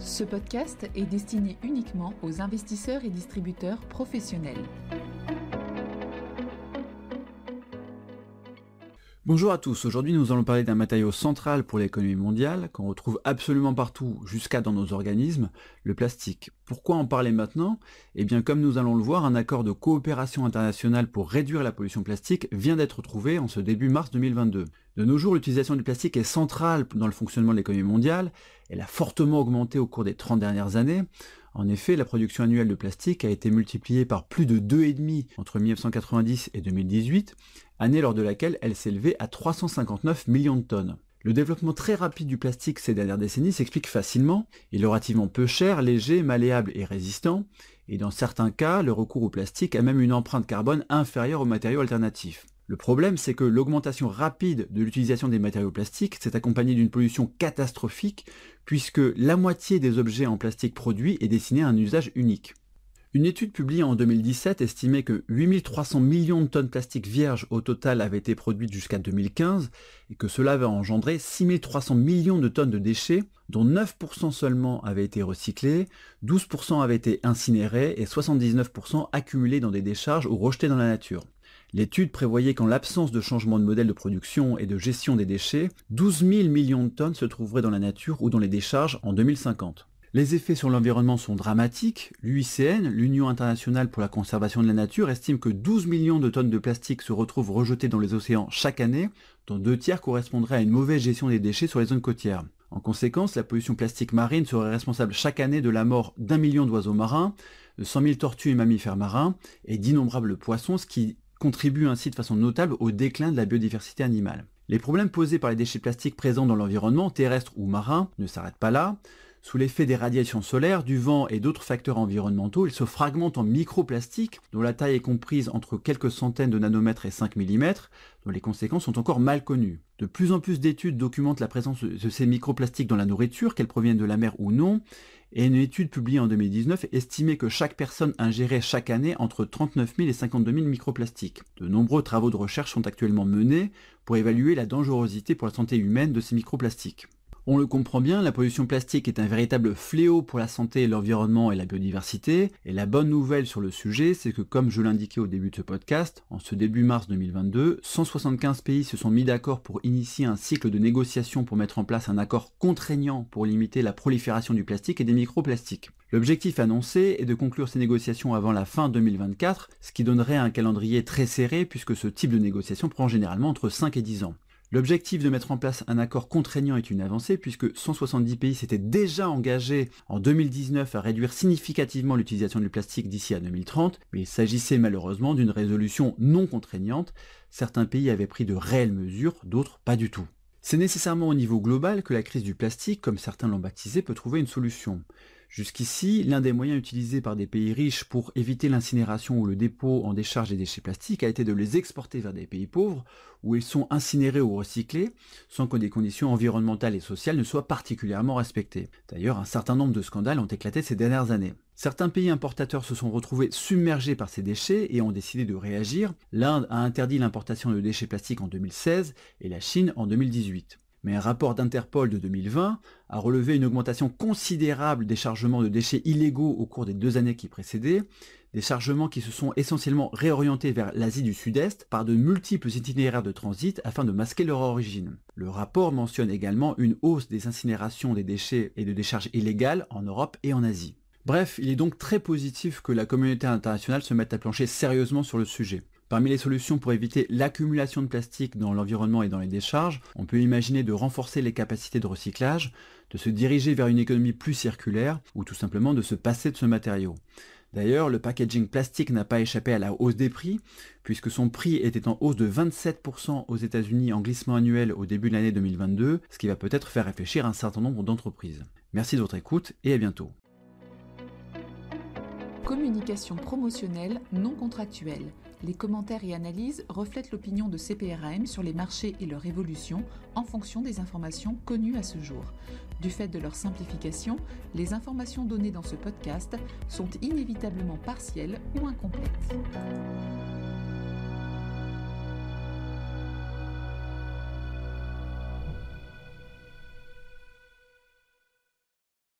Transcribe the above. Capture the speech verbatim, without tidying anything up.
Ce podcast est destiné uniquement aux investisseurs et distributeurs professionnels. Bonjour à tous, aujourd'hui nous allons parler d'un matériau central pour l'économie mondiale, qu'on retrouve absolument partout, jusqu'à dans nos organismes, le plastique. Pourquoi en parler maintenant ? Eh bien comme nous allons le voir, un accord de coopération internationale pour réduire la pollution plastique vient d'être trouvé en ce début mars deux mille vingt-deux. De nos jours, l'utilisation du plastique est centrale dans le fonctionnement de l'économie mondiale, elle a fortement augmenté au cours des trente dernières années. En effet, la production annuelle de plastique a été multipliée par plus de deux virgule cinq entre mille neuf cent quatre-vingt-dix et deux mille dix-huit, année lors de laquelle elle s'élevait à trois cent cinquante-neuf millions de tonnes. Le développement très rapide du plastique ces dernières décennies s'explique facilement. Il est relativement peu cher, léger, malléable et résistant, et dans certains cas, le recours au plastique a même une empreinte carbone inférieure aux matériaux alternatifs. Le problème, c'est que l'augmentation rapide de l'utilisation des matériaux plastiques s'est accompagnée d'une pollution catastrophique, puisque la moitié des objets en plastique produits est destinée à un usage unique. Une étude publiée en deux mille dix-sept estimait que huit mille trois cents millions de tonnes plastique vierges au total avaient été produites jusqu'à deux mille quinze, et que cela avait engendré six mille trois cents millions de tonnes de déchets, dont neuf pour cent seulement avaient été recyclés, douze pour cent avaient été incinérés et soixante-dix-neuf pour cent accumulés dans des décharges ou rejetés dans la nature. L'étude prévoyait qu'en l'absence de changement de modèle de production et de gestion des déchets, douze mille millions de tonnes se trouveraient dans la nature ou dans les décharges en deux mille cinquante. Les effets sur l'environnement sont dramatiques. L'U I C N, l'Union internationale pour la conservation de la nature, estime que douze millions de tonnes de plastique se retrouvent rejetées dans les océans chaque année, dont deux tiers correspondraient à une mauvaise gestion des déchets sur les zones côtières. En conséquence, la pollution plastique marine serait responsable chaque année de la mort d'un million d'oiseaux marins, de cent mille tortues et mammifères marins, et d'innombrables poissons, ce qui contribue ainsi de façon notable au déclin de la biodiversité animale. Les problèmes posés par les déchets plastiques présents dans l'environnement, terrestre ou marin, ne s'arrêtent pas là. Sous l'effet des radiations solaires, du vent et d'autres facteurs environnementaux, ils se fragmentent en microplastiques, dont la taille est comprise entre quelques centaines de nanomètres et cinq millimètres, dont les conséquences sont encore mal connues. De plus en plus d'études documentent la présence de ces microplastiques dans la nourriture, qu'elles proviennent de la mer ou non, et une étude publiée en deux mille dix-neuf estimait que chaque personne ingérait chaque année entre trente-neuf mille et cinquante-deux mille microplastiques. De nombreux travaux de recherche sont actuellement menés pour évaluer la dangerosité pour la santé humaine de ces microplastiques. On le comprend bien, la pollution plastique est un véritable fléau pour la santé, l'environnement et la biodiversité. Et la bonne nouvelle sur le sujet, c'est que comme je l'indiquais au début de ce podcast, en ce début mars deux mille vingt-deux, cent soixante-quinze pays se sont mis d'accord pour initier un cycle de négociations pour mettre en place un accord contraignant pour limiter la prolifération du plastique et des microplastiques. L'objectif annoncé est de conclure ces négociations avant la fin deux mille vingt-quatre, ce qui donnerait un calendrier très serré puisque ce type de négociation prend généralement entre cinq et dix ans. L'objectif de mettre en place un accord contraignant est une avancée puisque cent soixante-dix pays s'étaient déjà engagés en deux mille dix-neuf à réduire significativement l'utilisation du plastique d'ici à deux mille trente, mais il s'agissait malheureusement d'une résolution non contraignante. Certains pays avaient pris de réelles mesures, d'autres pas du tout. C'est nécessairement au niveau global que la crise du plastique, comme certains l'ont baptisé, peut trouver une solution. Jusqu'ici, l'un des moyens utilisés par des pays riches pour éviter l'incinération ou le dépôt en décharge des déchets plastiques a été de les exporter vers des pays pauvres où ils sont incinérés ou recyclés sans que des conditions environnementales et sociales ne soient particulièrement respectées. D'ailleurs, un certain nombre de scandales ont éclaté ces dernières années. Certains pays importateurs se sont retrouvés submergés par ces déchets et ont décidé de réagir. L'Inde a interdit l'importation de déchets plastiques en deux mille seize et la Chine en deux mille dix-huit. Mais un rapport d'Interpol de deux mille vingt a relevé une augmentation considérable des chargements de déchets illégaux au cours des deux années qui précédaient, des chargements qui se sont essentiellement réorientés vers l'Asie du Sud-Est par de multiples itinéraires de transit afin de masquer leur origine. Le rapport mentionne également une hausse des incinérations des déchets et de décharges illégales en Europe et en Asie. Bref, il est donc très positif que la communauté internationale se mette à plancher sérieusement sur le sujet. Parmi les solutions pour éviter l'accumulation de plastique dans l'environnement et dans les décharges, on peut imaginer de renforcer les capacités de recyclage, de se diriger vers une économie plus circulaire ou tout simplement de se passer de ce matériau. D'ailleurs, le packaging plastique n'a pas échappé à la hausse des prix, puisque son prix était en hausse de vingt-sept pour cent aux États-Unis en glissement annuel au début de l'année deux mille vingt-deux, ce qui va peut-être faire réfléchir un certain nombre d'entreprises. Merci de votre écoute et à bientôt. Communication promotionnelle non contractuelle. Les commentaires et analyses reflètent l'opinion de C P R A M sur les marchés et leur évolution en fonction des informations connues à ce jour. Du fait de leur simplification, les informations données dans ce podcast sont inévitablement partielles ou incomplètes.